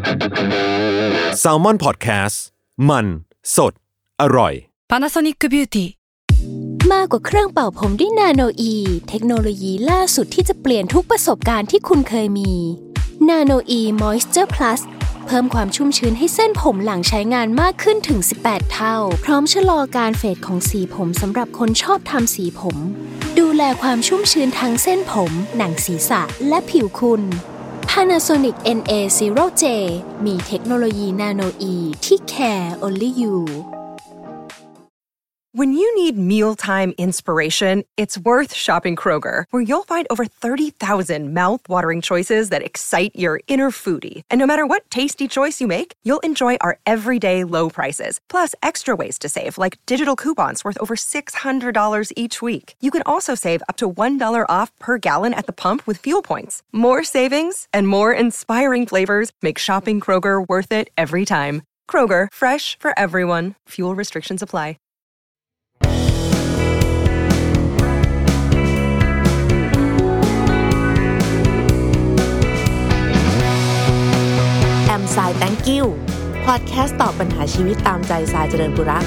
Salmon Podcast มันสดอร่อย Panasonic Beauty มากกว่าเครื่องเป่าผมด้วยนาโนอีเทคโนโลยีล่าสุดที่จะเปลี่ยนทุกประสบการณ์ที่คุณเคยมีนาโนอีมอยส์เจอร์พลัสเพิ่มความชุ่มชื้นให้เส้นผมหลังใช้งานมากขึ้นถึง18เท่าพร้อมชะลอการเฟดของสีผมสำหรับคนชอบทำสีผมดูแลความชุ่มชื้นทั้งเส้นผมหนังศีรษะและผิวคุณ Panasonic NA0J มีเทคโนโลยีนาโนอีที่ care only you When you need mealtime inspiration, it's worth shopping Kroger, where you'll find over 30,000 mouth-watering choices that excite your inner foodie. And no matter what tasty choice you make, you'll enjoy our everyday low prices, plus extra ways to save, like digital coupons worth over $600 each week. You can also save up to $1 off per gallon at the pump with fuel points. More savings and more inspiring flavors make shopping Kroger worth it every time. Kroger, fresh for everyone. Fuel restrictions apply. แอมไซน์ Thank you พอดแคสต์ตอบปัญหาชีวิตตามใจทรายเจริญปุระ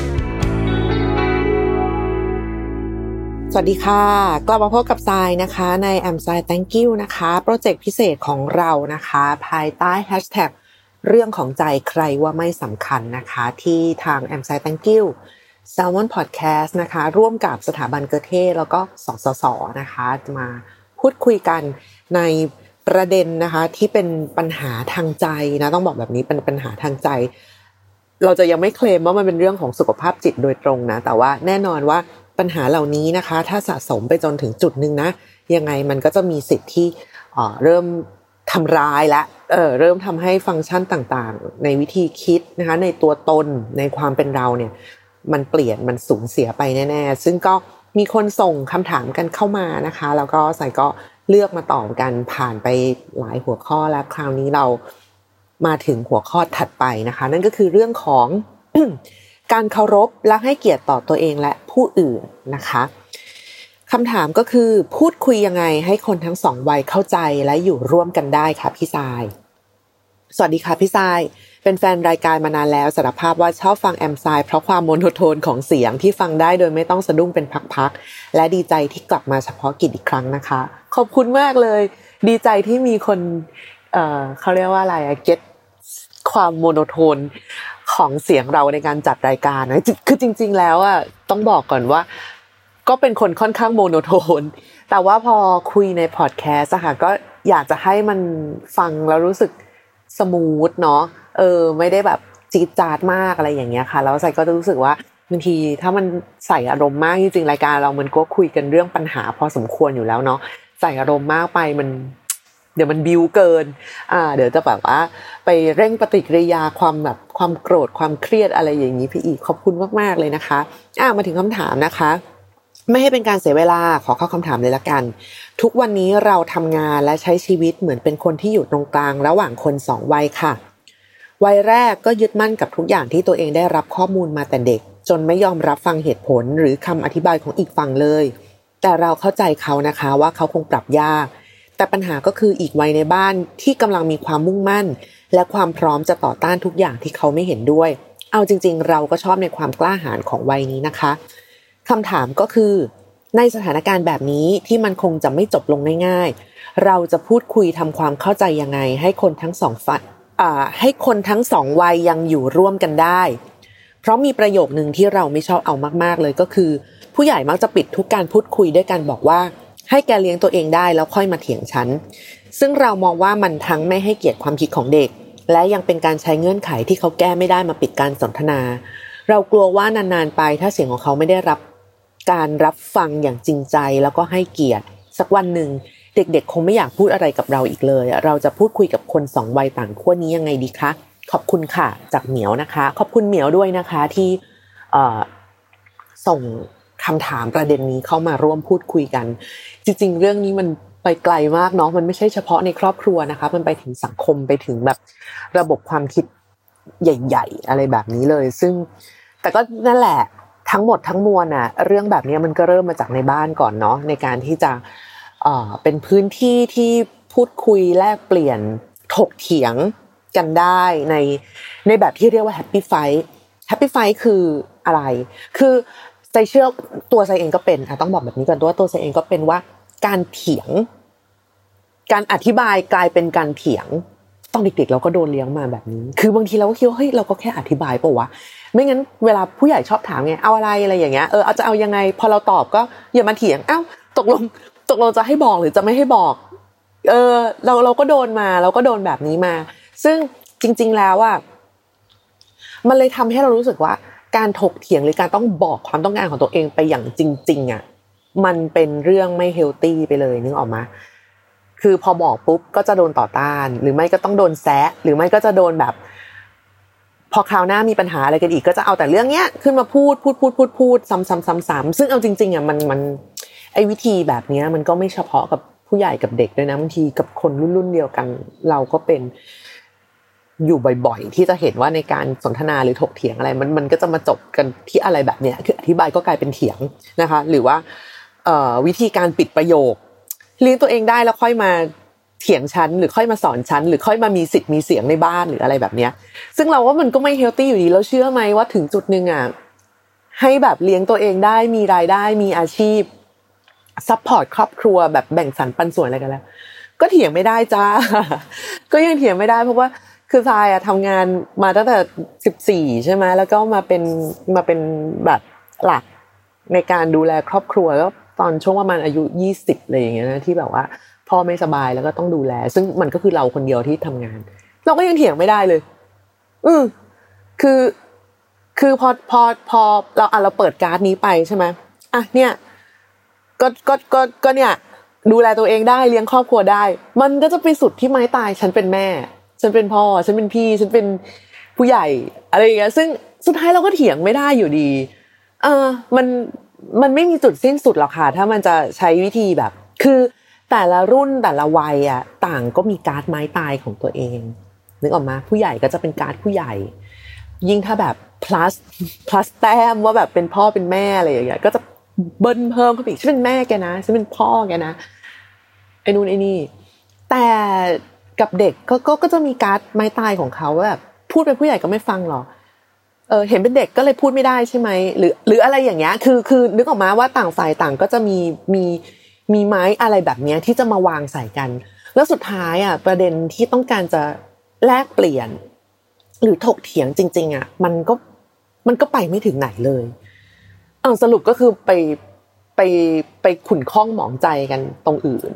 สวัสดีค่ะกลับมาพบกับทรายนะคะในแอมไซน์ Thank you นะคะโปรเจกต์พิเศษของเรานะคะภายใต้แฮชแท็กเรื่องของใจใครว่าไม่สำคัญนะคะที่ทางแอมไซน์ Thank you Salmon Podcast นะคะร่วมกับสถาบันเกอเท่แล้วก็สสสนะคะจะมาพูดคุยกันในประเด็นนะคะที่เป็นปัญหาทางใจนะต้องบอกแบบนี้เป็นปัญหาทางใจเราจะยังไม่เคลมว่ามันเป็นเรื่องของสุขภาพจิตโดยตรงนะแต่ว่าแน่นอนว่าปัญหาเหล่านี้นะคะถ้าสะสมไปจนถึงจุดนึงนะยังไงมันก็จะมีสิทธิ์ที่เริ่มทำร้ายและเริ่มทำให้ฟังก์ชันต่างๆในวิธีคิดนะคะในตัวตนในความเป็นเราเนี่ยมันเปลี่ยนมันสูญเสียไปแน่ๆซึ่งก็มีคนส่งคำถามกันเข้ามานะคะแล้วก็ใส่ก็เลือกมาตอบกันผ่านไปหลายหัวข้อแล้วคราวนี้เรามาถึงหัวข้อถัดไปนะคะนั่นก็คือเรื่องของ การเคารพและให้เกียรติต่อตัวเองและผู้อื่นนะคะคำถามก็คือพูดคุยยังไงให้คนทั้งสองวัยเข้าใจและอยู่ร่วมกันได้ค่ะพี่ทรายสวัสดีค่ะพี่ทรายเป็นแฟนรายการมานานแล้วสารภาพว่าชอบฟังแอมไซด์เพราะความโมโนโทนของเสียงที่ฟังได้โดยไม่ต้องสะดุ้งเป็นพักๆและดีใจที่กลับมาเฉพาะกิจอีกครั้งนะคะขอบคุณมากเลยดีใจที่มีคนเขาเรียกว่าอะไรเก็ตความโมโนโทนของเสียงเราในการจัดรายการนะคือจริงๆแล้วต้องบอกก่อนว่าก็เป็นคนค่อนข้างโมโนโทนแต่ว่าพอคุยในพอดแคสต์ค่ะก็อยากจะให้มันฟังแล้วรู้สึกสมูทเนาะไม่ได้แบบจี๊ดจ๊าดมากอะไรอย่างเงี้ยค่ะแล้วใส่ก็รู้สึกว่าบางทีถ้ามันใส่อารมณ์มากจริงๆรายการเรามันก็คุยกันเรื่องปัญหาพอสมควรอยู่แล้วเนาะใส่อารมณ์มากไปมันเดี๋ยวมันบิ้วเกินเดี๋ยวจะแบบว่าไปเร่งปฏิกิริยาความโกรธความเครียดอะไรอย่างนี้พี่อีกขอบคุณมากๆเลยนะคะมาถึงคำถามนะคะไม่ให้เป็นการเสียเวลาขอเข้าคำถามเลยละกันทุกวันนี้เราทำงานและใช้ชีวิตเหมือนเป็นคนที่อยู่ตรงกลางระหว่างคนสองวัยค่ะวัยแรกก็ยึดมั่นกับทุกอย่างที่ตัวเองได้รับข้อมูลมาแต่เด็กจนไม่ยอมรับฟังเหตุผลหรือคำอธิบายของอีกฝั่งเลยแต่เราเข้าใจเขานะคะว่าเขาคงปรับยากแต่ปัญหาก็คืออีกวัยในบ้านที่กำลังมีความมุ่งมั่นและความพร้อมจะต่อต้านทุกอย่างที่เขาไม่เห็นด้วยเอาจริงๆเราก็ชอบในความกล้าหาญของวัยนี้นะคะคำถามก็คือในสถานการณ์แบบนี้ที่มันคงจะไม่จบลงง่ายๆเราจะพูดคุยทำความเข้าใจยังไงให้คนทั้งสองฝ่ายให้คนทั้งสองวัยยังอยู่ร่วมกันได้เพราะมีประโยคนึงที่เราไม่ชอบเอามากๆเลยก็คือผู้ใหญ่มักจะปิดทุกการพูดคุยด้วยการบอกว่าให้แกเลี้ยงตัวเองได้แล้วค่อยมาเถียงฉันซึ่งเรามองว่ามันทั้งไม่ให้เกียรติความคิดของเด็กและยังเป็นการใช้เงื่อนไขที่เขาแก้ไม่ได้มาปิดการสนทนาเรากลัวว่านานๆไปถ้าเสียงของเขาไม่ได้รับการรับฟังอย่างจริงใจแล้วก็ให้เกียรติสักวันหนึ่งเด็กๆคงไม่อยากพูดอะไรกับเราอีกเลยเราจะพูดคุยกับคนสองวัยต่างขั้วนี้ยังไงดีคะขอบคุณค่ะจากเหมียวนะคะขอบคุณเหมียวด้วยนะคะที่ส่งคำถามประเด็นนี้เข้ามาร่วมพูดคุยกันจริงๆเรื่องนี้มันไปไกลมากเนาะมันไม่ใช่เฉพาะในครอบครัวนะคะมันไปถึงสังคมไปถึงแบบระบบความคิดใหญ่ๆอะไรแบบนี้เลยซึ่งแต่ก็นั่นแหละทั้งหมดทั้งมวลเรื่องแบบนี้มันก็เริ่มมาจากในบ้านก่อนเนาะในการที่จะเป็นพื้นที่ที่พูดคุยแลกเปลี่ยนถกเถียงกันได้ในแบบที่เรียกว่าแฮปปี้ไฟท์คืออะไรคือใจเชื่อตัวใจเองก็เป็นต้องบอกแบบนี้ก่อนตัวใจเองก็เป็นว่าการเถียงการอธิบายกลายเป็นการเถียงตอนเด็กๆเราก็โดนเลี้ยงมาแบบนี้คือบางทีเราก็คิดว่าเฮ้ยเราก็แค่อธิบายป่ะวะไม่งั้นเวลาผู้ใหญ่ชอบถามไงเอาอะไรอย่างเงี้ยเอาจะเอายังไงพอเราตอบก็อย่ามาเถียงตกลงจะให้บอกหรือจะไม่ให้บอกเราก็โดนมาเราก็โดนแบบนี้มาซึ่งจริงๆแล้วมันเลยทำให้เรารู้สึกว่าการถกเถียงหรือการต้องบอกความต้องการของตัวเองไปอย่างจริงๆมันเป็นเรื่องไม่เฮลตี้ไปเลยนึกออกมั้ยคือพอบอกปุ๊บก็จะโดนต่อต้านหรือไม่ก็ต้องโดนแซะหรือไม่ก็จะโดนแบบพอคราวหน้ามีปัญหาอะไรกันอีกก็จะเอาแต่เรื่องเนี้ยขึ้นมาพูดซ้ำๆซึ่งเอาจริงๆมันไอ้วิธีแบบนี้มันก็ไม่เฉพาะกับผู้ใหญ่กับเด็กด้วยนะบางทีกับคนรุ่นเดียวกันเราก็เป็นอยู่บ่อยๆที่จะเห็นว่าในการสนทนาหรือถกเถียงอะไรมันก็จะมาจบกันที่อะไรแบบเนี้ยคืออธิบายก็กลายเป็นเถียงนะคะหรือว่าวิธีการปิดประโยคเลี้ยงตัวเองได้แล้วค่อยมาเถียงฉันหรือค่อยมาสอนฉันหรือค่อยมามีสิทธิ์มีเสียงในบ้านหรืออะไรแบบเนี้ยซึ่งเราว่ามันก็ไม่เฮลตี้อยู่ดีแล้วเชื่อไหมว่าถึงจุดนึงให้แบบเลี้ยงตัวเองได้มีรายได้มีอาชีพซัพพอร์ตครอบครัวแบบแบ่งสรรปันส่วนอะไรกันแล้วก็เถียงไม่ได้จ้า ก็ยังเถียงไม่ได้เพราะว่าคือทรายทำงานมาตั้งแต่14ใช่ไหมแล้วก็มาเป็นแบบหลักในการดูแลครอบครัวแล้วตอนช่วงประมาณอายุ20อะไรอย่างเงี้ยนะที่แบบว่าพ่อไม่สบายแล้วก็ต้องดูแลซึ่งมันก็คือเราคนเดียวที่ทำงานเราก็ยังเถียงไม่ได้เลยคือพอเราเปิดการ์ดนี้ไปใช่ไหมเนี่ยก็เนี่ยดูแลตัวเองได้เลี้ยงครอบครัวได้มันก็จะไปสุดที่ไม้ตายฉันเป็นแม่ฉันเป็นพ่อฉันเป็นพี่ฉันเป็นผู้ใหญ่อะไรอย่างเงี้ยซึ่งสุดท้ายเราก็เถียงไม่ได้อยู่ดีมันไม่มีจุดสิ้นสุดหรอกค่ะถ้ามันจะใช้วิธีแบบคือแต่ละรุ่นแต่ละวัยต่างก็มีการ์ดไม้ตายของตัวเองนึกออกมาผู้ใหญ่ก็จะเป็นการ์ดผู้ใหญ่ยิ่งถ้าแบบ plus แต้มว่าแบบเป็นพ่อเป็นแม่อะไรอย่างเงี้ยก็จะเบิ้ลเพิ่มเข้าไปอีกฉันเป็นแม่แกนะฉันเป็นพ่อแกนะไอ้นู่นไอ้นี่แต่กับเด็กก็จะมีการ์ดไม้ตายของเขาแบบพูดเป็นผู้ใหญ่ก็ไม่ฟังหรอกเห็นเป็นเด็กก็เลยพูดไม่ได้ใช่ไหมหรืออะไรอย่างเงี้ยคือนึกออกมาว่าต่างฝ่ายต่างก็จะมีไม้อะไรแบบเนี้ยที่จะมาวางใส่กันแล้วสุดท้ายประเด็นที่ต้องการจะแลกเปลี่ยนหรือถกเถียงจริงๆมันก็ไปไม่ถึงไหนเลยสรุปก็คือไปขุ่นข้องหมองใจกันตรงอื่น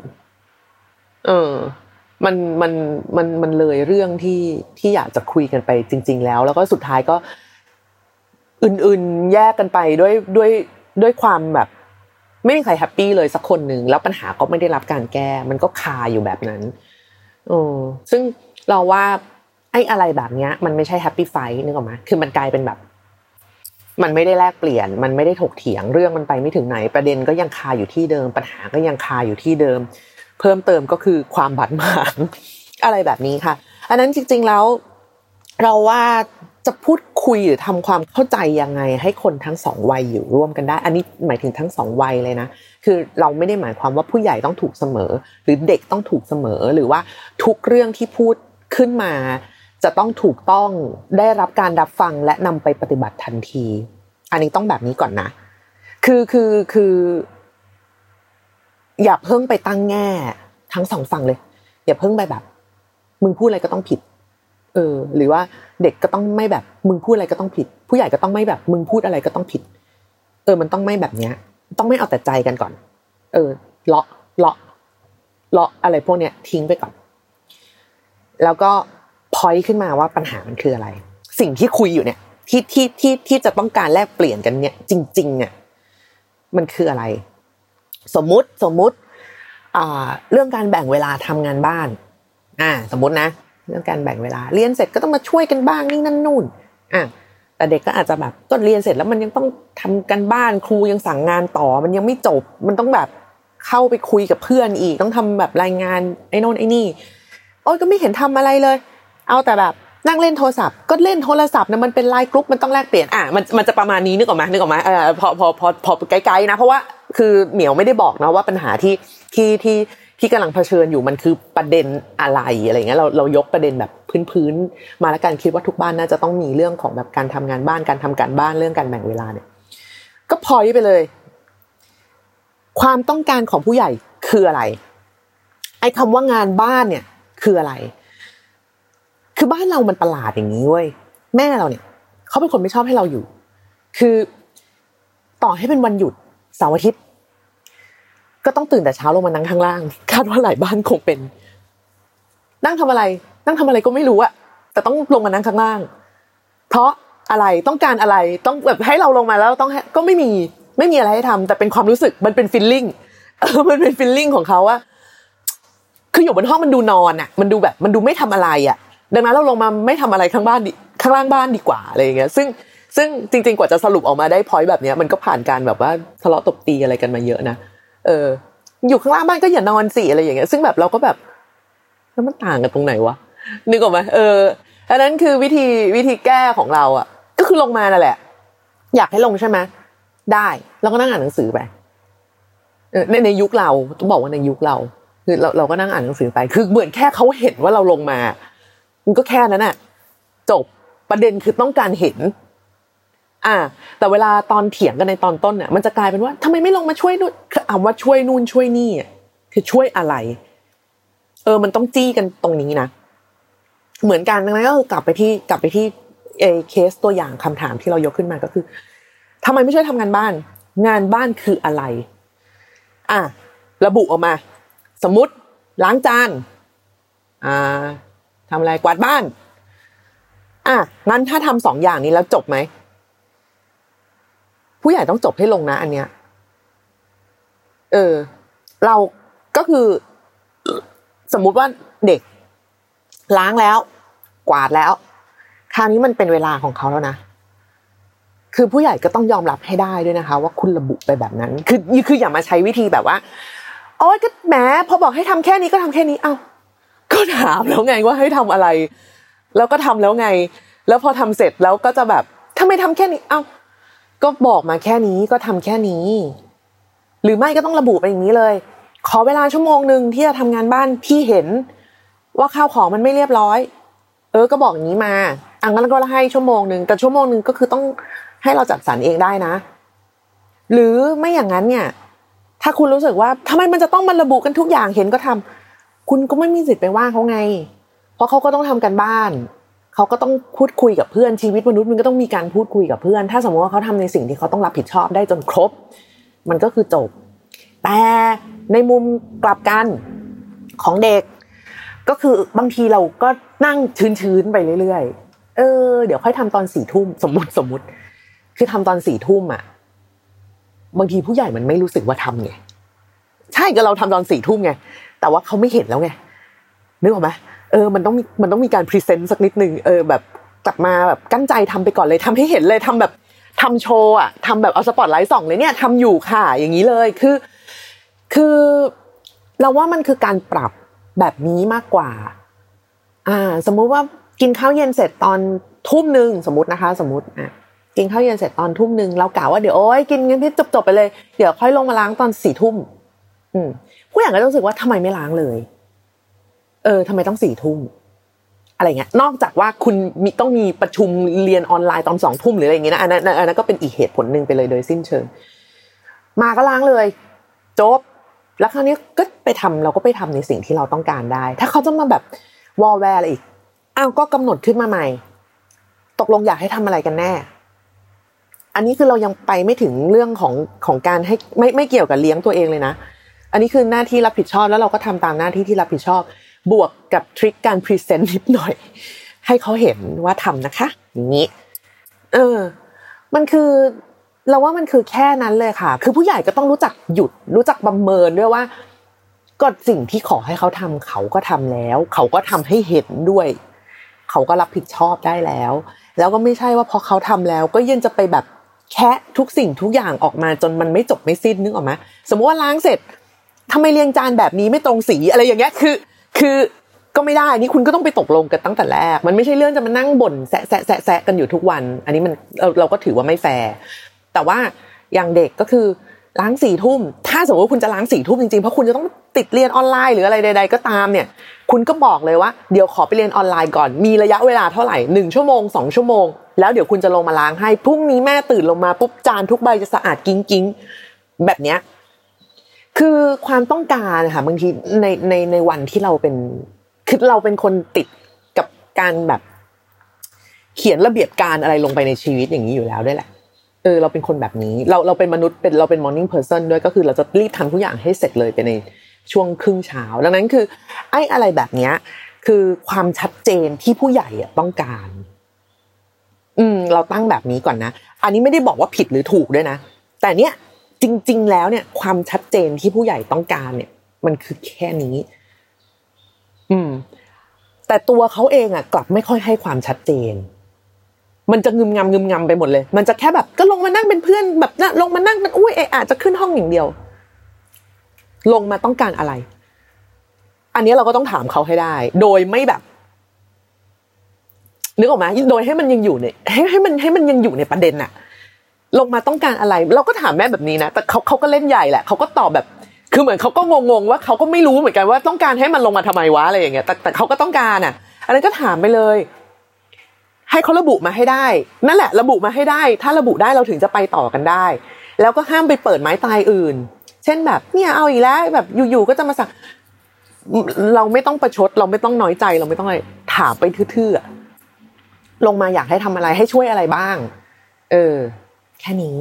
มันเลยเรื่องที่อยากจะคุยกันไปจริงๆแล้วก็สุดท้ายก็อื่นๆแยกกันไปด้วยความแบบไม่มีใครแฮปปี้เลยสักคนนึงแล้วปัญหาก็ไม่ได้รับการแก้มันก็คาอยู่แบบนั้นซึ่งเราว่าไอ้อะไรแบบเนี้ยมันไม่ใช่แฮปปี้ไฟท์นึกออกมั้ยคือมันกลายเป็นแบบมันไม่ได้แลกเปลี่ยนมันไม่ได้ถกเถียงเรื่องมันไปไม่ถึงไหนประเด็นก็ยังคาอยู่ที่เดิมปัญหาก็ยังคาอยู่ที่เดิมเพิ่มเติมก็คือความบาดหมางอะไรแบบนี้ค่ะอันนั้นจริงๆแล้วเราว่าจะพูดคุยหรือทำความเข้าใจยังไงให้คนทั้งสองวัยอยู่ร่วมกันได้อันนี้หมายถึงทั้งสองวัยเลยนะคือเราไม่ได้หมายความว่าผู้ใหญ่ต้องถูกเสมอหรือเด็กต้องถูกเสมอหรือว่าทุกเรื่องที่พูดขึ้นมาจะต้องถูกต้องได้รับการรับฟังและนำไปปฏิบัติทันทีอันนี้ต้องแบบนี้ก่อนนะคืออย่าเพิ่งไปตั้งแง่ทั้งสองฝั่งเลยอย่าเพิ่งไปแบบมึงพูดอะไรก็ต้องผิดหรือว่าเด็กก็ต้องไม่แบบมึงพูดอะไรก็ต้องผิดผู้ใหญ่ก็ต้องไม่แบบมึงพูดอะไรก็ต้องผิดมันต้องไม่แบบเนี้ยต้องไม่เอาแต่ใจกันก่อนเลาะอะไรพวกเนี้ยทิ้งไปก่อนแล้วก็พอยต์ขึ้นมาว่าปัญหามันคืออะไรสิ่งที่คุยอยู่เนี่ยที่จะต้องการแลกเปลี่ยนกันเนี่ยจริงๆมันคืออะไรสมมุติเรื่องการแบ่งเวลาทำงานบ้านสมมุตินะเรื่องการแบ่งเวลาเรียนเสร็จก็ต้องมาช่วยกันบ้างนี่นั่นนู่นแต่เด็กก็อาจจะแบบก็เรียนเสร็จแล้วมันยังต้องทำกันบ้านครูยังสั่งงานต่อมันยังไม่จบมันต้องแบบเข้าไปคุยกับเพื่อนอีกต้องทำแบบรายงานไอ้โน่นไอ้นี่โอ๊ยก็ไม่เห็นทำอะไรเลยเอาแต่แบบนั่งเล่นโทรศัพท์ก็เล่นโทรศัพท์นะมันเป็นไลน์กรุ๊ปมันต้องแลกเปลี่ยนมันจะประมาณนี้นึกออกไหมพอไกลๆนะเพราะว่าคือเหมียวไม่ได้บอกนะว่าปัญหาที่ที่กำลังเผชิญอยู่มันคือประเด็นอะไรอะไรเงี้ยเรายกประเด็นแบบพื้นๆมาแล้วกันคิดว่าทุกบ้านน่าจะต้องมีเรื่องของแบบการทำงานบ้านการทำการบ้านเรื่องการแบ่งเวลาเนี่ยก็พอยไปเลยความต้องการของผู้ใหญ่คืออะไรไอ้คำว่างานบ้านเนี่ยคืออะไรคือบ้านเรามันประหลาดอย่างนี้เว้ยแม่เราเนี่ยเขาเป็นคนไม่ชอบให้เราอยู่คือต่อให้เป็นวันหยุดเสาร์อาทิตย์ก็ต้องตื่นแต่เช้าลงมานั่งข้างล่างคาดว่าหลายบ้านคงเป็นนั่งทำอะไรก็ไม่รู้อะแต่ต้องลงมานั่งข้างล่างเพราะอะไรต้องการอะไรต้องแบบให้เราลงมาแล้วต้องก็ไม่มีอะไรให้ทำแต่เป็นความรู้สึกมันเป็นฟีลลิ่งมันเป็นฟีลลิ่งของเขาว่าคืออยู่บนห้องมันดูนอนอะมันดูแบบมันดูไม่ทำอะไรอะดังนั้นเราลงมาไม่ทำอะไรข้างล่างบ้านดีกว่าอะไรอย่างเงี้ยซึ่งจริงๆกว่าจะสรุปออกมาได้พอยต์แบบนี้มันก็ผ่านการแบบว่าทะเลาะตบตีอะไรกันมาเยอะนะอยู่ข้างล่างบ้านก็อย่านอนสิอะไรอย่างเงี้ยซึ่งแบบเราก็แบบแล้วมันต่างกันตรงไหนวะนึกออกไหมอันนั้นคือวิธีแก้ของเราอ่ะก็คือลงมานั่นแหละอยากให้ลงใช่ไหมได้แล้วก็นั่งอ่านหนังสือไปในยุคเราต้องบอกว่าในยุคเราคือเราก็นั่งอ่านหนังสือไปคือเหมือนแค่เขาเห็นว่าเราลงมามันก็แค่นั้นน่ะจบประเด็นคือต้องการเห็นแต่เวลาตอนเถียงกันในตอนต้นเนี่ยมันจะกลายเป็นว่าทำไมไม่ลงมาช่วยนู่นว่าช่วยนู่นช่วยนี่คือช่วยอะไรมันต้องจี้กันตรงนี้นะเหมือนกันดังนั้นก็คือกลับไปที่เคสตัวอย่างคำถามที่เรายกขึ้นมาก็คือทำไมไม่ช่วยทำงานบ้านคืออะไรระบุออกมาสมมุติล้างจานทำอะไรกวาดบ้านงั้นถ้าทำ2อย่างนี้แล้วจบไหมผู้ใหญ่ต้องจบให้ลงนะอันเนี้ยเราก็คือสมมุติว่าเด็กล้างแล้วกวาดแล้วคราวนี้มันเป็นเวลาของเขาแล้วนะคือผู้ใหญ่ก็ต้องยอมรับให้ได้ด้วยนะคะว่าคุณระบุไปแบบนั้นคืออย่ามาใช้วิธีแบบว่าโอ๊ยก็แหมพอบอกให้ทำแค่นี้ก็ทำแค่นี้ก็ถามแล้วไงว่าให้ทำอะไรแล้วก็ทำแล้วไงแล้วพอทำเสร็จแล้วก็จะแบบทำไมทำแค่นี้ก็บอกมาแค่นี้ก็ทำแค่นี้หรือไม่ก็ต้องระบุไปอย่างนี้เลยขอเวลาชั่วโมงนึงที่จะทำงานบ้านพี่เห็นว่าข้าวของมันไม่เรียบร้อยก็บอกอย่างนี้มางั้นก็ให้ชั่วโมงนึงแต่ชั่วโมงนึงก็คือต้องให้เราจัดสรรเองได้นะหรือไม่อย่างนั้นเนี่ยถ้าคุณรู้สึกว่าทำไมมันจะต้องมาระบุกันทุกอย่างเห็นก็ทำคุณก็ไม่มีสิทธิ์ไปว่าเขาไงเพราะเขาก็ต้องทำกันบ้านเขาก็ต้องพูดคุยกับเพื่อนชีวิตมนุษย์มันก็ต้องมีการพูดคุยกับเพื่อนถ้าสมมติว่าเขาทำในสิ่งที่เขาต้องรับผิดชอบได้จนครบมันก็คือจบแต่ในมุมกลับกันของเด็กก็คือบางทีเราก็นั่งชื้นๆไปเรื่อยๆเดี๋ยวค่อยทำตอน 4 ทุ่มสมมุติคือทำตอน 4 ทุ่มบางทีผู้ใหญ่มันไม่รู้สึกว่าทำไงใช่ก็เราทำตอน 4 ทุ่มไงแต่ว่าเขาไม่เห็นแล้วไงนึกออกไหมมันต้องมีการพรีเซนต์สักนิดนึงแบบกลับมาแบบกั้นใจทำไปก่อนเลยทำให้เห็นเลยทำแบบทำโชว์ทำแบบเอาสปอตไลท์ส่องเลยเนี่ยทำอยู่ค่ะอย่างนี้เลยคือเราว่ามันคือการปรับแบบนี้มากกว่าสมมุติว่ากินข้าวเย็นเสร็จตอน 19:00 นสมมตินะคะกินข้าวเย็นเสร็จตอน 19:00 นเรากะว่าเดี๋ยวกินกันให้จบไปเลยเดี๋ยวค่อยลงมาล้างตอน 4 ทุ่มผู้ใหญ่ก็รู้สึกว่าทำไมไม่ล้างเลยทำไมต้อง 4 ทุ่มอะไรเงี้ยนอกจากว่าคุณต้องมีประชุมเรียนออนไลน์ตอน 2 ทุ่มหรืออะไรอย่างเงี้ยนะอันนั้นก็เป็นอีกเหตุผลนึงไปเลยโดยสิ้นเชิงมาก็ล้างเลยจบแล้วคราวนี้ก็เราก็ไปทำในสิ่งที่เราต้องการได้ถ้าเขาจะมาแบบวอลแวร์อะไรอีกก็กำหนดขึ้นมาใหม่ตกลงอยากให้ทำอะไรกันแน่อันนี้คือเรายังไปไม่ถึงเรื่องของการให้ไม่เกี่ยวกับเลี้ยงตัวเองเลยนะอันนี้คือหน้าที่รับผิดชอบแล้วเราก็ทำตามหน้าที่ที่รับผิดชอบบวกกับทริคการพรีเซนต์นิดหน่อยให้เขาเห็นว่าทำนะคะอย่างนี้มันคือเราว่ามันคือแค่นั้นเลยค่ะคือผู้ใหญ่ก็ต้องรู้จักหยุดรู้จักประเมินด้วยว่าก็สิ่งที่ขอให้เขาทำเขาก็ทำแล้วเขาก็ทำให้เห็นด้วยเขาก็รับผิดชอบได้แล้วก็ไม่ใช่ว่าพอเขาทำแล้วก็ยังจะไปแบบแค่ทุกสิ่งทุกอย่างออกมาจนมันไม่จบไม่สิ้นนึกออกไหมสมมติว่าล้างเสร็จทำไมเรียงจานแบบนี้ไม่ตรงสีอะไรอย่างเงี้ยคือก็ไม่ได้นี่คุณก็ต้องไปตกลงกันตั้งแต่แรกมันไม่ใช่เรื่องจะมานั่งบ่นแซะกันอยู่ทุกวันอันนี้มันเราก็ถือว่าไม่แฟร์แต่ว่าอย่างเด็กก็คือล้าง 4 ทุ่มถ้าาสมมติว่าคุณจะล้าง4 ทุ่มจริงๆเพราะคุณจะต้องติดเรียนออนไลน์หรืออะไรใดๆก็ตามเนี่ยคุณก็บอกเลยว่าเดี๋ยวขอไปเรียนออนไลน์ก่อนมีระยะเวลาเท่าไหร่1 ชั่วโมง2 ชั่วโมงแล้วเดี๋ยวคุณจะลงมาล้างให้พรุ่งนี้แม่ตื่นลงมาปุ๊บจานทุกใบจะสะอาดกิ๊งๆแบบเนี้ยคือความต้องการค่ะบางทีในวันที่เราเป็นคือเราเป็นคนติดกับการแบบเขียนระเบียบการอะไรลงไปในชีวิตอย่างนี้อยู่แล้วด้วยแหละเราเป็นคนแบบนี้เราเป็นมนุษย์เราเป็น morning person ด้วยก็คือเราจะรีบทำทุกอย่างให้เสร็จเลยไปในช่วงครึ่งเช้าดังนั้นคือไอ้อะไรแบบเนี้ยคือความชัดเจนที่ผู้ใหญ่ต้องการเราตั้งแบบนี้ก่อนนะอันนี้ไม่ได้บอกว่าผิดหรือถูกด้วยนะแต่เนี้ยจริงๆแล้วเนี่ยความชัดเจนที่ผู้ใหญ่ต้องการเนี่ยมันคือแค่นี้แต่ตัวเขาเองกลับไม่ค่อยให้ความชัดเจนมันจะงึมงำไปหมดเลยมันจะแค่แบบก็ลงมานั่งเป็นเพื่อนแบบลงมานั่งมันอาจจะขึ้นห้องอย่างเดียวลงมาต้องการอะไรอันนี้เราก็ต้องถามเขาให้ได้โดยไม่แบบนึกออกไหมโดยให้มันยังอยู่ในให้มันยังอยู่ในประเด็นน่ะลงมาต้องการอะไรเราก็ถามแม่แบบนี้นะแต่เขาก็เล่นใหญ่แหละเขาก็ตอบแบบคือเหมือนเขาก็งงๆว่าเขาก็ไม่รู้เหมือนกันว่าต้องการให้มันลงมาทำไมวะอะไรอย่างเงี้ยแต่เขาก็ต้องการอันนั้นก็ถามไปเลยให้เขาระบุมาให้ได้นั่นแหละระบุมาให้ได้ถ้าระบุได้เราถึงจะไปต่อกันได้แล้วก็ห้ามไปเปิดไม้ตายอื่นเช่นแบบเนี่ยเอาอีกแล้วแบบอยู่ๆก็จะมาสั่งเราไม่ต้องประชดเราไม่ต้องน้อยใจเราไม่ต้องอะไรถามไปทื่อๆลงมาอยากให้ทำอะไรให้ช่วยอะไรบ้างแค่นี้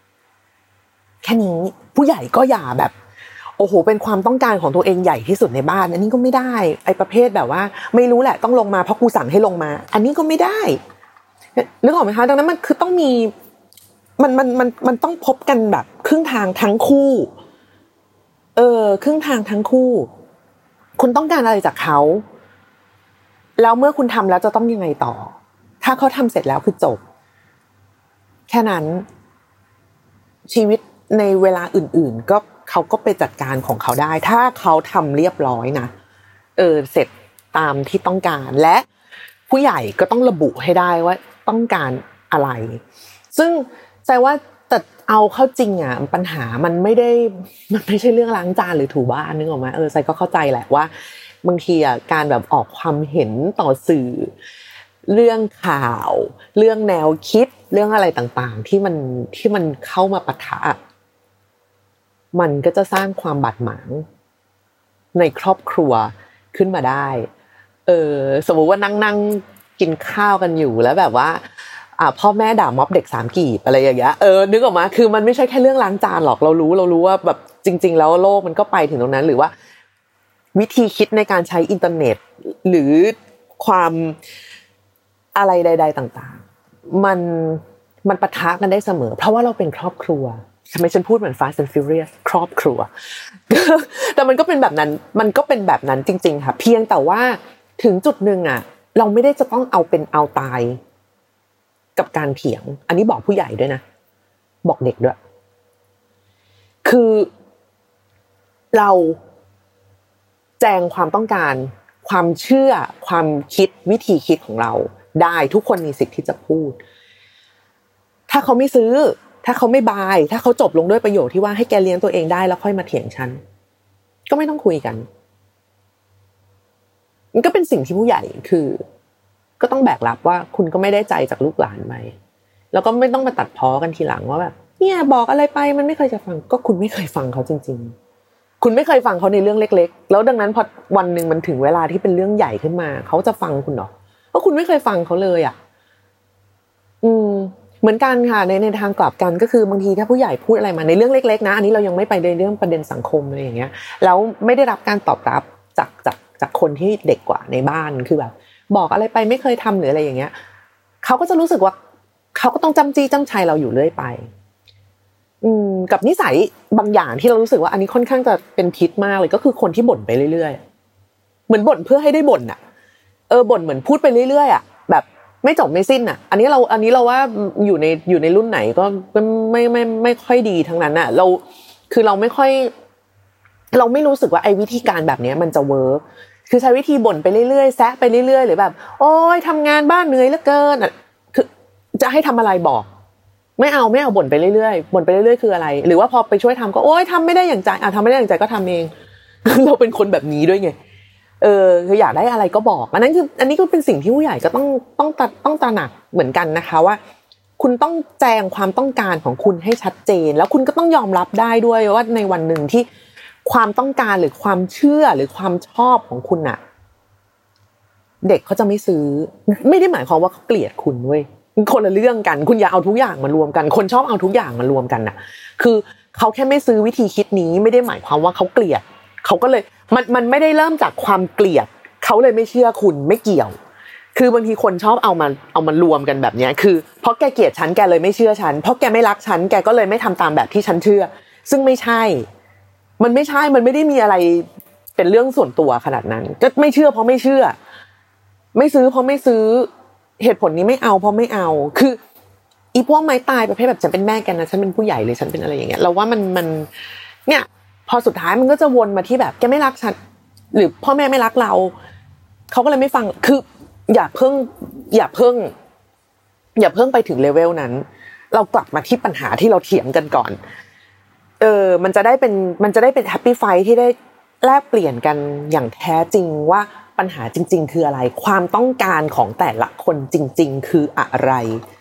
ผู้ใหญ่ก็อย่าแบบโอ้โหเป็นความต้องการของตัวเองใหญ่ที่สุดในบ้านอันนี้ก็ไม่ได้ไอ้ประเภทแบบว่าไม่รู้แหละต้องลงมาเพราะกูสั่งให้ลงมาอันนี้ก็ไม่ได้นึกออกไหมคะดังนั้นมันคือต้องมีมันต้องพบกันแบบครึ่งทางทั้งคู่ครึ่งทางทั้งคู่คุณต้องการอะไรจากเขาแล้วเมื่อคุณทำแล้วจะต้องยังไงต่อถ้าเขาทำเสร็จแล้วคือจบแค่นั้นชีวิตในเวลาอื่นๆก็เขาก็ไปจัดการของเขาได้ถ้าเขาทำเรียบร้อยนะเสร็จตามที่ต้องการและผู้ใหญ่ก็ต้องระบุให้ได้ว่าต้องการอะไรซึ่งแสดงว่าแต่เอาเข้าจริงปัญหามันไม่ใช่เรื่องล้างจานหรือถูบ้านนึกออกไหมใส่ก็เข้าใจแหละว่าบางทีการแบบออกความเห็นต่อสื่อเรื่องข่าวเรื่องแนวคิดเรื่องอะไรต่างๆที่มันเข้ามาปะทะมันก็จะสร้างความบาดหมางในครอบครัวขึ้นมาได้สมมุติว่านั่งกินข้าวกันอยู่แล้วแบบว่าพ่อแม่ด่าม็อบเด็ก3กีบอะไรอย่างเงี้ยนึกออกมาคือมันไม่ใช่แค่เรื่องล้างจานหรอกเรารู้ว่าแบบจริงๆแล้วโลกมันก็ไปถึงตรงนั้นหรือว่าวิธีคิดในการใช้อินเทอร์เน็ตหรือความอะไรใดๆต่างๆมันปะทะกันได้เสมอเพราะว่าเราเป็นครอบครัวทำไมฉันพูดเหมือน Fast and Furious ครอบครัว แต่มันก็เป็นแบบนั้นจริงๆค่ะเพียงแต่ว่าถึงจุดนึงเราไม่ได้จะต้องเอาเป็นเอาตายกับการเถียงอันนี้บอกผู้ใหญ่ด้วยนะบอกเด็กด้วยคือเราแจงความต้องการความเชื่อความคิดวิธีคิดของเราได้ทุกคนมีสิทธิ์ที่จะพูดถ้าเขาไม่ซื้อถ้าเขาไม่บายถ้าเขาจบลงด้วยประโยคที่ว่าให้แกเลี้ยงตัวเองได้แล้วค่อยมาเถียงฉันก็ไม่ต้องคุยกันมันก็เป็นสิ่งที่ผู้ใหญ่คือก็ต้องแบกรับว่าคุณก็ไม่ได้ใจจากลูกหลานไปแล้วก็ไม่ต้องมาตัดพ้อกันทีหลังว่าแบบเนี่ยบอกอะไรไปมันไม่เคยจะฟังก็คุณไม่เคยฟังเขาจริงๆคุณไม่เคยฟังเขาในเรื่องเล็กๆแล้วดังนั้นพอวันนึงมันถึงเวลาที่เป็นเรื่องใหญ่ขึ้นมาเขาจะฟังคุณหรอเพราะคุณไม่เคยฟังเขาเลยเหมือนกันค่ะในทางกลับกันก็คือบางทีถ้าผู้ใหญ่พูดอะไรมาในเรื่องเล็กๆนะอันนี้เรายังไม่ไปในเรื่องประเด็นสังคมอะไรอย่างเงี้ยแล้วไม่ได้รับการตอบรับจากคนที่เด็กกว่าในบ้านคือแบบบอกอะไรไปไม่เคยทำหรืออะไรอย่างเงี้ยเขาก็จะรู้สึกว่าเขาก็ต้องจำจี้จำชัยเราอยู่เรื่อยไปกับนิสัยบางอย่างที่เรารู้สึกว่าอันนี้ค่อนข้างจะเป็นพิษมากเลยก็คือคนที่บ่นไปเรื่อยๆเหมือนบ่นเพื่อให้ได้บ่นบ่นเหมือนพูดไปเรื่อยๆแบบไม่จบไม่สิ้นอันนี้เราว่าอยู่ในรุ่นไหนก็ไม่ค่อยดีทั้งนั้นคือเราไม่รู้สึกว่าไอ้วิธีการแบบนี้มันจะเวิร์คคือใช้วิธีบ่นไปเรื่อยๆแซะไปเรื่อยๆหรือแบบโอ๊ยทำงานบ้านเหนื่อยเหลือเกินคือจะให้ทำอะไรบอกไม่เอาบ่นไปเรื่อยๆบ่นไปเรื่อยๆคืออะไรหรือว่าพอไปช่วยทำก็โอ๊ยทำไม่ได้อย่างใจทำไม่ได้อย่างใจก็ทำเอง เราเป็นคนแบบนี้ด้วยไงคืออยากได้อะไรก็บอกอันนี้ก็เป็นสิ่งที่ผู้ใหญ่ก็ต้องตระหนักเหมือนกันนะคะว่าคุณต้องแจงความต้องการของคุณให้ชัดเจนแล้วคุณก็ต้องยอมรับได้ด้วยว่าในวันหนึ่งที่ความต้องการหรือความเชื่อหรือความชอบของคุณน่ะเด็กเขาจะไม่ซื้อไม่ได้หมายความว่าเขาเกลียดคุณเว้ยคนละเรื่องกันคุณอย่าเอาทุกอย่างมารวมกันคนชอบเอาทุกอย่างมารวมกันน่ะคือเขาแค่ไม่ซื้อวิธีคิดนี้ไม่ได้หมายความว่าเขาเกลียดเขาก็เลยมันไม่ได้เริ่มจากความเกลียดเขาเลยไม่เชื่อคุณไม่เกี่ยวคือบางทีคนชอบเอามารวมกันแบบนี้คือเพราะแกเกลียดฉันแกเลยไม่เชื่อฉันเพราะแกไม่รักฉันแกก็เลยไม่ทำตามแบบที่ฉันเชื่อซึ่งไม่ใช่มันไม่ใช่มันไม่ได้มีอะไรเป็นเรื่องส่วนตัวขนาดนั้นก็ไม่เชื่อเพราะไม่เชื่อไม่ซื้อเพราะไม่ซื้อเหตุผลนี้ไม่เอาเพราะไม่เอาคืออีพวกไม้ตายประเภทแบบฉันเป็นแม่แกนะฉันเป็นผู้ใหญ่เลยฉันเป็นอะไรอย่างเงี้ยเราว่ามันเนี่ยพอสุดท้ายมันก็จะวนมาที่แบบแกไม่รักฉันหรือพ่อแม่ไม่รักเราเขาก็เลยไม่ฟังคืออย่าเพิ่งไปถึงเลเวลนั้นเรากลับมาที่ปัญหาที่เราเถียงกันก่อนมันจะได้เป็นแฮปปี้ไฟท์ที่ได้แลกเปลี่ยนกันอย่างแท้จริงว่าปัญหาจริงๆคืออะไรความต้องการของแต่ละคนจริงๆคืออะไร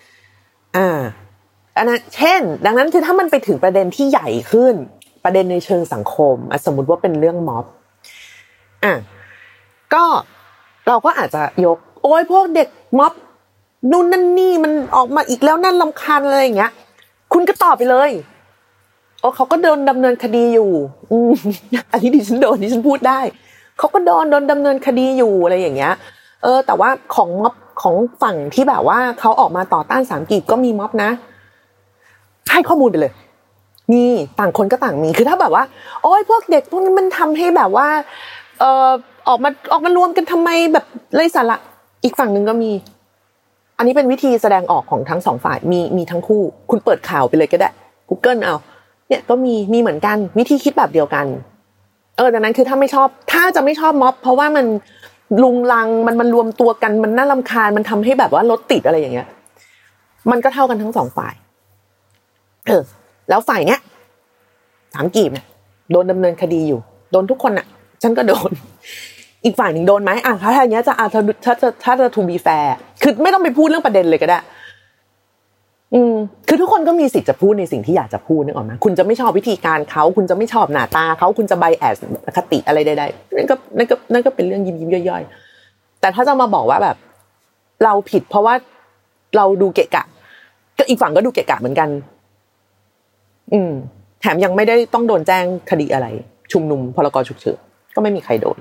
อันนั้นเช่นดังนั้นคือถ้ามันไปถึงประเด็นที่ใหญ่ขึ้นประเด็นในเชิงสังคมสมมุติว่าเป็นเรื่องม็อบก็เราก็อาจจะยกโอ้ยพวกเด็กม็อบนู่นนั่นนี่มันออกมาอีกแล้วนั่นรำคาญอะไรอย่างเงี้ยคุณก็ตอบไปเลยโอ้เขาก็โดนดำเนินคดีอยู่อันนี้ดิฉันพูดได้เขาก็โดนดำเนินคดีอยู่อะไรอย่างเงี้ยแต่ว่าของม็อบของฝั่งที่แบบว่าเขาออกมาต่อต้าน3 กีบก็มีม็อบนะให้ข้อมูลไปเลยมีต่างคนก็ต่างมีคือถ้าแบบว่าโอ้ยพวกเด็กพวกนี้มันทำให้แบบว่าออกมารวมกันทำไมแบบไร้สาระอีกฝั่งนึงก็มีอันนี้เป็นวิธีแสดงออกของทั้ง2ฝ่ายมีทั้งคู่คุณเปิดข่าวไปเลยก็ได้ Google เอาเนี่ยก็มีเหมือนกันวิธีคิดแบบเดียวกันดังนั้นคือถ้าจะไม่ชอบม็อบเพราะว่ามันลุงลังมันรวมตัวกันมันน่ารำคาญมันทำให้แบบว่ารถติดอะไรอย่างเงี้ยมันก็เท่ากันทั้ง2ฝ่ายแล้วฝ่ายเนี้ย3 กีบเนี่ยโดนดำเนินคดีอยู่โดนทุกคนน่ะฉันก็โดนอีกฝ่ายหนึ่งโดนไหมถ้าอย่างเงี้ยจะถ้าจะ to be fair คือไม่ต้องไปพูดเรื่องประเด็นเลยก็ได้คือทุกคนก็มีสิทธิ์จะพูดในสิ่งที่อยากจะพูดนึกออกมั้ยคุณจะไม่ชอบวิธีการเขาคุณจะไม่ชอบหน้าตาเขาคุณจะ bias อคติอะไรใดๆนั่นก็เป็นเรื่องยิ้มๆย่อยๆแต่ถ้าจะมาบอกว่าแบบเราผิดเพราะว่าเราดูเกะกะก็อีกฝั่งก็ดูเกะกะเหมือนกันแถมยังไม่ได้ต้องโดนแจ้งคดีอะไรชุมนุมพรก.ฉุกเฉินก็ไม่มีใครโดน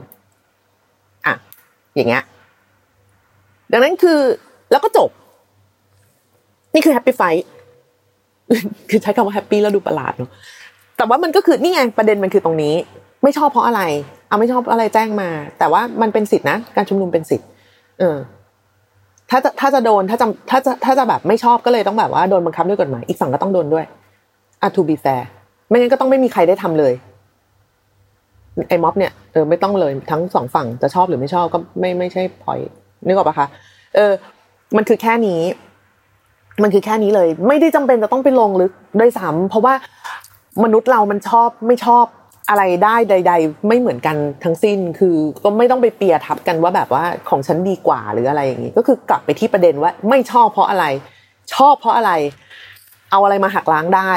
อย่างเงี้ยดังนั้นคือแล้วก็จบนี่คือแฮปปี้ไฟท์คือใช้คำว่าแฮปปี้แล้วดูประหลาดเนาะแต่ว่ามันก็คือนี่ไงประเด็นมันคือตรงนี้ไม่ชอบเพราะอะไรไม่ชอบอะไรแจ้งมาแต่ว่ามันเป็นสิทธินะการชุมนุมเป็นสิทธิ์ถ้าจะโดนถ้าจะแบบไม่ชอบก็เลยต้องแบบว่าโดนบังคับด้วยกฎหมายอีกฝั่งก็ต้องโดนด้วยto be fair ไม่งั้นก็ต้องไม่มีใครได้ทำเลยไอ้ม็อบเนี่ยไม่ต้องเลยทั้ง2ฝั่งจะชอบหรือไม่ชอบก็ไม่ใช่ point นึกออกปะคะมันคือแค่นี้เลยไม่ได้จำเป็นจะต้องไปลงลึกด้วยซ้ำเพราะว่ามนุษย์เรามันชอบไม่ชอบอะไรได้ใดๆไม่เหมือนกันทั้งสิ้นคือก็ไม่ต้องไปเปียทับกันว่าแบบว่าของฉันดีกว่าหรืออะไรอย่างงี้ก็คือกลับไปที่ประเด็นว่าไม่ชอบเพราะอะไรชอบเพราะอะไรเอาอะไรมาหักล้างได้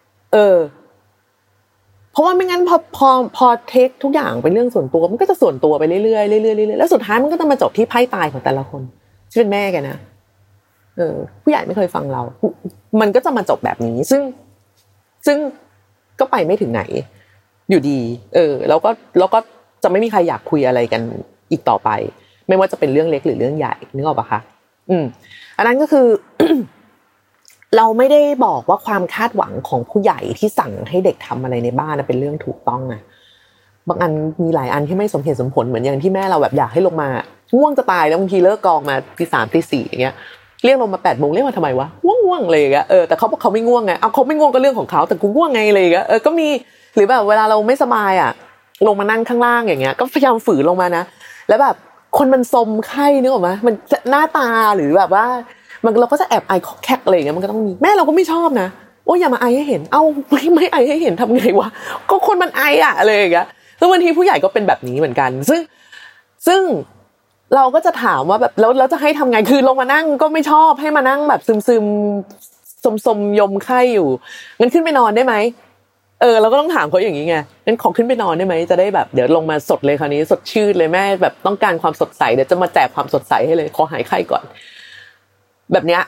เพราะว่าไม่งั้นพอเทคทุกอย่างเป็นเรื่องส่วนตัวมันก็จะส่วนตัวไปเรื่อยๆเรื่อยๆแล้วสุดท้ายมันก็จะมาจบที่ไพ่ตายของแต่ละคนที่เป็นแม่แกนะผู้ใหญ่ไม่เคยฟังเรามันก็จะมาจบแบบนี้ซึ่งก็ไปไม่ถึงไหนอยู่ดีแล้วก็จะไม่มีใครอยากคุยอะไรกันอีกต่อไปไม่ว่าจะเป็นเรื่องเล็กหรือเรื่องใหญ่นึกออกปะคะอันนั้นก็คือ เราไม่ได้บอกว่าความคาดหวังของผู้ใหญ่ที่สั่งให้เด็กทำอะไรในบ้านเป็นเรื่องถูกต้องนะบางอันมีหลายอันที่ไม่สมเหตุสมผลเหมือนอย่างที่แม่เราแบบอยากให้ลงมาง่วงจะตายแล้วบางทีเลิกกองมาตี 3 ตี 4อย่างเงี้ยเรียกลงมา 8 โมงเรียกมาทำไมวะง่วงเลยอ่ะแต่เขาบอกเขาไม่ง่วงไงเอาเขาไม่ง่วงก็เรื่องของเขาแต่กูง่วงไงเลยอ่ะก็มีหรือแบบเวลาเราไม่สบายอ่ะลงมานั่งข้างล่างอย่างเงี้ยก็พยายามฝืนลงมานะแล้วแบบคนมันซมไข้นึกออกมั้ยมันหน้าตาหรือแบบว่ามันเราก็จะแอบไอแคกอะไรอย่างเงี้ยมันก็ต้องมีแม่เราก็ไม่ชอบนะโอ้ยอย่ามาไอให้เห็นเอ้าไม่ไอให้เห็นทำไงวะก็คนมันไออะอะไรอย่างเงี้ยซึ่งบางทีผู้ใหญ่ก็เป็นแบบนี้เหมือนกันซึ่งเราก็จะถามว่าแบบแล้วจะให้ทำไงคือลงมานั่งก็ไม่ชอบให้มานั่งแบบซึมๆสมยมไข้อยู่งั้นขึ้นไปนอนได้ไหมเราก็ต้องถามเขาอย่างนี้ไงงั้นขอขึ้นไปนอนได้ไหมจะได้แบบเดี๋ยวลงมาสดเลยคราวนี้สดชื่นเลยแม่แบบต้องการความสดใสเดี๋ยวจะมาแจกความสดใสให้เลยขอหายไข้ก่อนแบบเนี้ย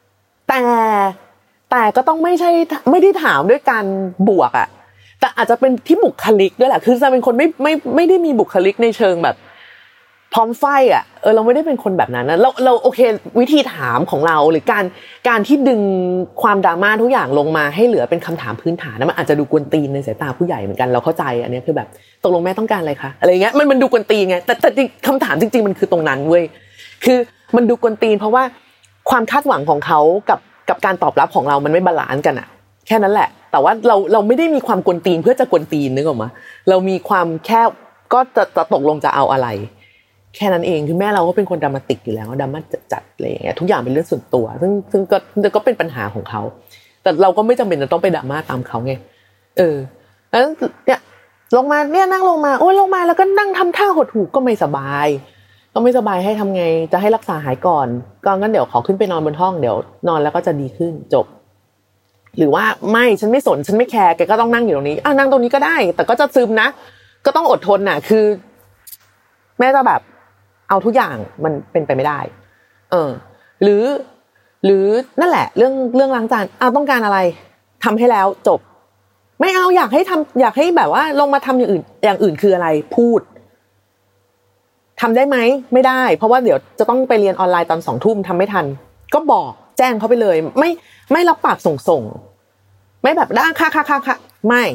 แต่ก็ต้องไม่ได้ถามด้วยการบวกอ่ะแต่อาจจะเป็นที่บุคลิกด้วยแหละคือจะเป็นคนไม่ได้มีบุคลิกในเชิงแบบพร้อมไฟอ่ะเราไม่ได้เป็นคนแบบนั้นนะเราโอเควิธีถามของเราหรือการที่ดึงความดราม่าทุกอย่างลงมาให้เหลือเป็นคำถามพื้นฐานนะมันอาจจะดูกวนตีนในสายตาผู้ใหญ่เหมือนกันเราเข้าใจอันนี้คือแบบตกลงแม่ต้องการอะไรคะอะไรเงี้ยมันดูกวนตีนไงแต่คำถามจริงๆมันคือตรงนั้นเว้ยคือมันดูกวนตีนเพราะว่าความคาดหวังของเขากับการตอบรับของเรามันไม่บาลานซ์กันอะแค่นั้นแหละแต่ว่าเราไม่ได้มีความกวนตีนเพื่อจะกวนตีนนึกออกมั้ยเรามีความแค่ก็จะตกลงจะเอาอะไรแค่นั้นเองคือแม่เราก็เป็นคนดรามาติกอยู่แล้วดราม่าจัดๆอะไรอย่างเงี้ยทุกอย่างเป็นเรื่องส่วนตัวซึ่งก็เป็นปัญหาของเขาแต่เราก็ไม่จำเป็นจะต้องไปดราม่าตามเขาไงแล้วเนี่ยลงมาเนี่ยนั่งลงมาโอ้ยลงมาแล้วก็นั่งทำท่าหดหู่ก็ไม่สบายให้ทำไงจะให้รักษาหายก่อนก็งั้นเดี๋ยวขอขึ้นไปนอนบนห้องเดี๋ยวนอนแล้วก็จะดีขึ้นจบหรือว่าไม่ฉันไม่สนฉันไม่แคร์แกก็ต้องนั่งอยู่ตรงนี้นั่งตรงนี้ก็ได้แต่ก็จะซึมนะก็ต้องอดทนน่ะคือแม่จะแบบเอาทุกอย่างมันเป็นไปไม่ได้หรือนั่นแหละเรื่องล้างจานต้องการอะไรทำให้แล้วจบไม่เอาอยากให้แบบว่าลงมาทำอย่างอื่นคืออะไรพูดทำได้ไหมไม่ได้เพราะว่าเดี๋ยวจะต้องไปเรียนออนไลน์ตอน 20:00 นทำไม่ทันก็บอกแจ้งเขาไปเลยไม่รับปากส่งไม่แบบได้ค่ะไม่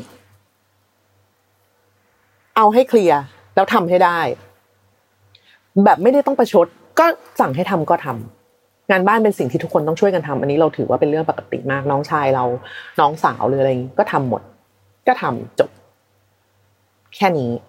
เอาให้เคลียร์แล้วทำให้ได้แบบไม่ได้ต้องประชดก็สั่งให้ทำก็ทำงานบ้านเป็นสิ่งที่ทุกคนต้องช่วยกันทำอันนี้เราถือว่าเป็นเรื่องปกติมากน้องชายเราน้องสาวหรืออะไรอย่างนี้ก็ทำหมดก็ทำจบแค่นี้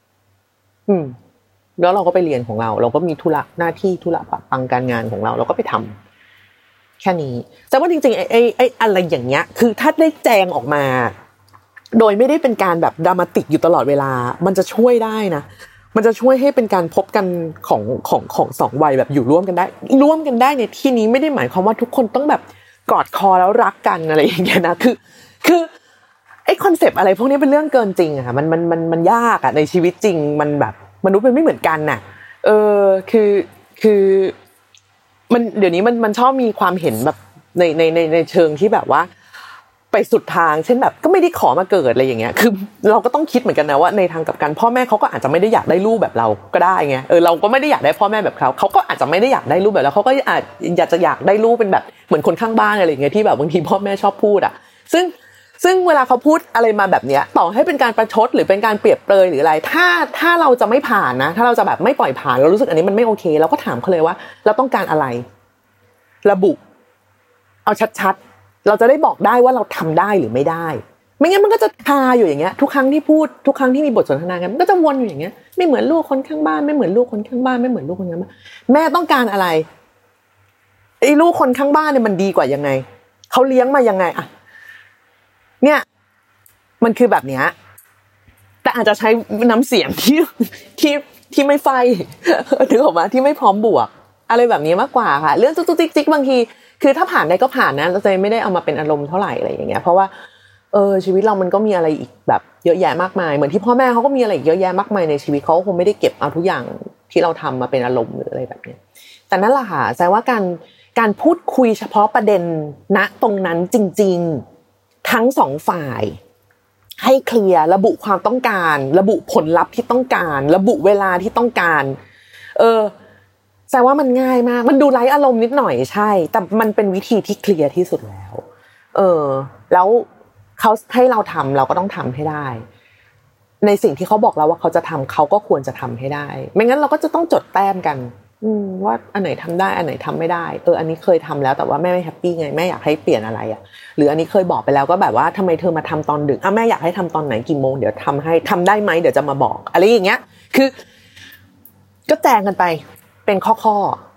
แล้วเราก็ไปเรียนของเราก็มีธุระหน้าที่ธุระปังการงานของเราก็ไปทำแค่นี้แต่ว่าจริงๆไอ้อะไรอย่างเงี้ยคือถ้าได้แจงออกมาโดยไม่ได้เป็นการแบบดรามาติกอยู่ตลอดเวลามันจะช่วยได้นะมันจะช่วยให้เป็นการพบกันของสองวัยแบบอยู่ร่วมกันได้ในที่นี้ไม่ได้หมายความว่าทุกคนต้องแบบกอดคอแล้วรักกันอะไรอย่างเงี้ยนะคือไอ้คอนเซปต์อะไรพวกนี้เป็นเรื่องเกินจริงอะค่ะมันยากอะในชีวิตจริงมันแบบมนุษย์มันไม่เหมือนกันน่ะคือมันเดี๋ยวนี้มันชอบมีความเห็นแบบในเชิงที่แบบว่าไปสุดทางเช่นแบบก็ไม่ได้ขอมาเกิดอะไรอย่างเงี้ยคือเราก็ต้องคิดเหมือนกันนะว่าในทางกลับกันพ่อแม่เขาก็อาจจะไม่ได้อยากได้ลูกแบบเราก็ได้ไงเราก็ไม่ได้อยากได้พ่อแม่แบบเขาก็อาจจะไม่ได้อยากได้ลูกแบบเราเขาก็อาจจะอยากได้ลูกเป็นแบบเหมือนคนข้างบ้านอะไรอย่างเงี้ยที่แบบบางทีพ่อแม่ชอบพูดอ่ะซึ่งเวลาเขาพูดอะไรมาแบบเนี้ยต่อให้เป็นการประชดหรือเป็นการเปรียบเปรยหรืออะไรถ้าเราจะไม่ผ่านนะถ้าเราจะแบบไม่ปล่อยผ่านเรารู้สึกอันนี้มันไม่โอเคเราก็ถามเขาเลยว่าเราต้องการอะไรระบุเอาชัดๆเราจะได้บอกได้ว่าเราทำได้หรือไม่ได้ไม่งั้นมันก็จะคาอยู่อย่างเงี้ยทุกครั้งที่พูดทุกครั้งที่มีบทสนทนากันมันก็จะวนอยู่อย่างเงี้ยไม่เหมือนลูกคนข้างบ้านไม่เหมือนลูกคนข้างบ้านไม่เหมือนลูกคนข้างบ้านแม่ต้องการอะไรไอ้ลูกคนข้างบ้านเนี่ยมันดีกว่ายังไงเขาเลี้ยงมายังไงอะเนี่ยมันคือแบบเนี้ยแต่อาจจะใช้น้ำเสียงที่ไม่ไฟถือออกมาที่ไม่พร้อมบวกอะไรแบบนี้มากกว่าค่ะเรื่องจุ๊กจิ๊กบางทีคือถ้าผ่านได้ก็ผ่านนะเราจะไม่ได้เอามาเป็นอารมณ์เท่าไหร่อะไรอย่างเงี้ยเพราะว่าชีวิตเรามันก็มีอะไรอีกแบบเยอะแยะมากมายเหมือนที่พ่อแม่เขาก็มีอะไรเยอะแยะมากมายในชีวิตเขาคงไม่ได้เก็บเอาทุกอย่างที่เราทำมาเป็นอารมณ์หรืออะไรแบบนี้แต่นั่นแหละค่ะแสดงว่าการพูดคุยเฉพาะประเด็นณตรงนั้นจริงๆทั้งสองฝ่ายให้เคลียร์ระบุความต้องการระบุผลลัพธ์ที่ต้องการระบุเวลาที่ต้องการแสดงว่ามันง่ายมากมันดูไร้อารมณ์นิดหน่อยใช่แต่มันเป็นวิธีที่เคลียร์ที่สุดแล้วแล้วเขาให้เราทำเราก็ต้องทำให้ได้ในสิ่งที่เขาบอกเราว่าเขาจะทำเขาก็ควรจะทำให้ได้ไม่งั้นเราก็จะต้องจดแต้มกันว่าอันไหนทำได้อันไหนทำไม่ได้อันนี้เคยทำแล้วแต่ว่าแม่ไม่แฮปปี้ไงแม่อยากให้เปลี่ยนอะไรอ่ะหรืออันนี้เคยบอกไปแล้วก็แบบว่าทำไมเธอมาทำตอนดึกแม่อยากให้ทำตอนไหนกี่โมงเดี๋ยวทำให้ทำได้ไหมเดี๋ยวจะมาบอกอะไรอย่างเงี้ยคือก็แจ้งกันไปเป็นข้อ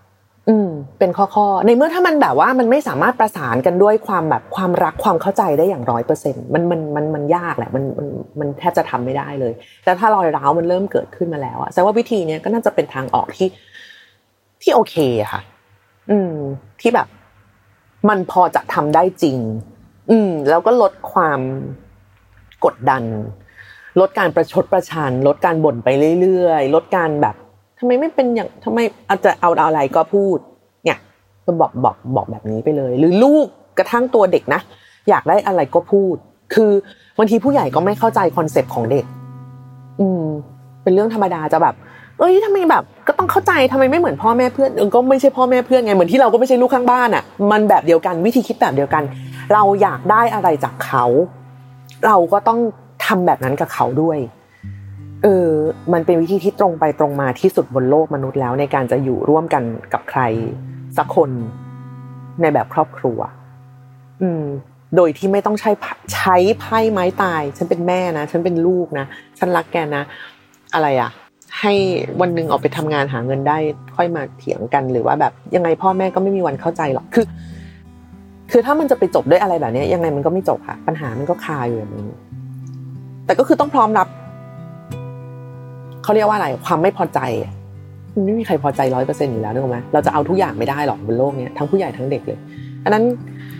เป็นข้อในเมื่อถ้ามันแบบว่ามันไม่สามารถประสานกันด้วยความแบบความรักความเข้าใจได้อย่าง 100% มันยากแหละมันแทบจะทำไม่ได้เลยแต่ถ้ารอยร้าวมันเริ่มเกิดขึ้นมาแล้วอะแสดงว่าวิธีนี้ก็น่าจะเป็นทางออกที่โอเคค่ะที่แบบมันพอจะทำได้จริงแล้วก็ลดความกดดันลดการประชดประชันลดการบ่นไปเรื่อยๆลดการแบบทำไมไม่เป็นอย่างทำไมอาจจะเอาอะไรก็พูดเนี่ยก็บอกแบบนี้ไปเลยหรือลูกกระทั่งตัวเด็กนะอยากได้อะไรก็พูดคือบางทีผู้ใหญ่ก็ไม่เข้าใจคอนเซ็ปต์ของเด็กเป็นเรื่องธรรมดาจะแบบทำไมแบบก็ต้องเข้าใจทำไมไม่เหมือนพ่อแม่เพื่อนก็ไม่ใช่พ่อแม่เพื่อนไงเหมือนที่เราก็ไม่ใช่ลูกข้างบ้านอ่ะมันแบบเดียวกันวิธีคิดแบบเดียวกันเราอยากได้อะไรจากเขาเราก็ต้องทำแบบนั้นกับเขาด้วยมันเป็นวิธีที่ตรงไปตรงมาที่สุดบนโลกมนุษย์แล้วในการจะอยู่ร่วมกันกับใครสักคนในแบบครอบครัวโดยที่ไม่ต้องใช้ไพ่ไม้ตายฉันเป็นแม่นะฉันเป็นลูกนะฉันรักแกนะอะไรอ่ะให้วันนึงออกไปทำงานหาเงินได้ค่อยมาเถียงกันหรือว่าแบบยังไงพ่อแม่ก็ไม่มีวันเข้าใจหรอกคือถ้ามันจะไปจบด้วยอะไรแบบนี้ยังไงมันก็ไม่จบค่ะปัญหามันก็คาอยู่อย่างนี้แต่ก็คือต้องพร้อมรับเขาเรียกว่าอะไรความไม่พอใจมันไม่มีใครพอใจ 100% อยู่แล้วนึกออกมั้ยเราจะเอาทุกอย่างไม่ได้หรอกบนโลกนี้ทั้งผู้ใหญ่ทั้งเด็กเลยอันนั้น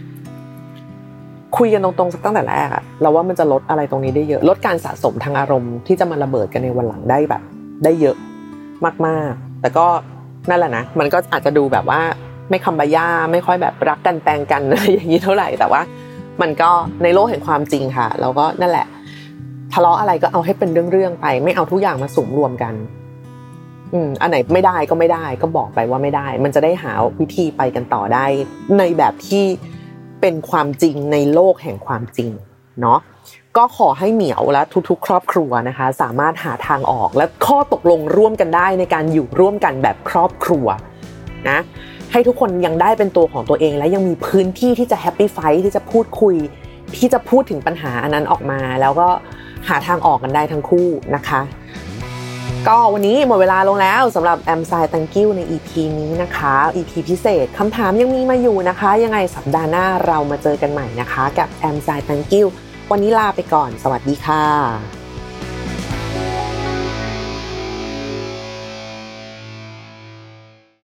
คุยกันตรงๆตั้งแต่แรกอะเราว่ามันจะลดอะไรตรงนี้ได้เยอะลดการสะสมทางอารมณ์ที่จะมาระเบิดกันในวันหลังได้แบบได้เยอะมากๆแต่ก็นั่นแหละนะมันก็อาจจะดูแบบว่าไม่คำบาย่าไม่ค่อยแบบรักกันแปลงกันอะไรอย่างนี้เท่าไหร่แต่ว่ามันก็ในโลกแห่งความจริงค่ะแล้วก็นั่นแหละทะเลาะอะไรก็เอาให้เป็นเรื่องๆไปไม่เอาทุกอย่างมาสุมรวมกันอันไหนไม่ได้ก็ไม่ได้ก็บอกไปว่าไม่ได้มันจะได้หาวิธีไปกันต่อได้ในแบบที่เป็นความจริงในโลกแห่งความจริงเนาะก็ขอให้เหมียวและทุกๆครอบครัวนะคะสามารถหาทางออกและข้อตกลงร่วมกันได้ในการอยู่ร่วมกันแบบครอบครัวนะให้ทุกคนยังได้เป็นตัวของตัวเองและยังมีพื้นที่ที่จะแฮปปี้ไฟท์ที่จะพูดคุยที่จะพูดถึงปัญหาอันนั้นออกมาแล้วก็หาทางออกกันได้ทั้งคู่นะคะก็วันนี้หมดเวลาลงแล้วสำหรับ Am Sai Thank You ใน EP นี้นะคะ EP พิเศษคำถามยังมีมาอยู่นะคะยังไงสัปดาห์หน้าเรามาเจอกันใหม่นะคะกับ Am Sai Thank You วันนี้ลาไปก่อนสวัสดีค่ะ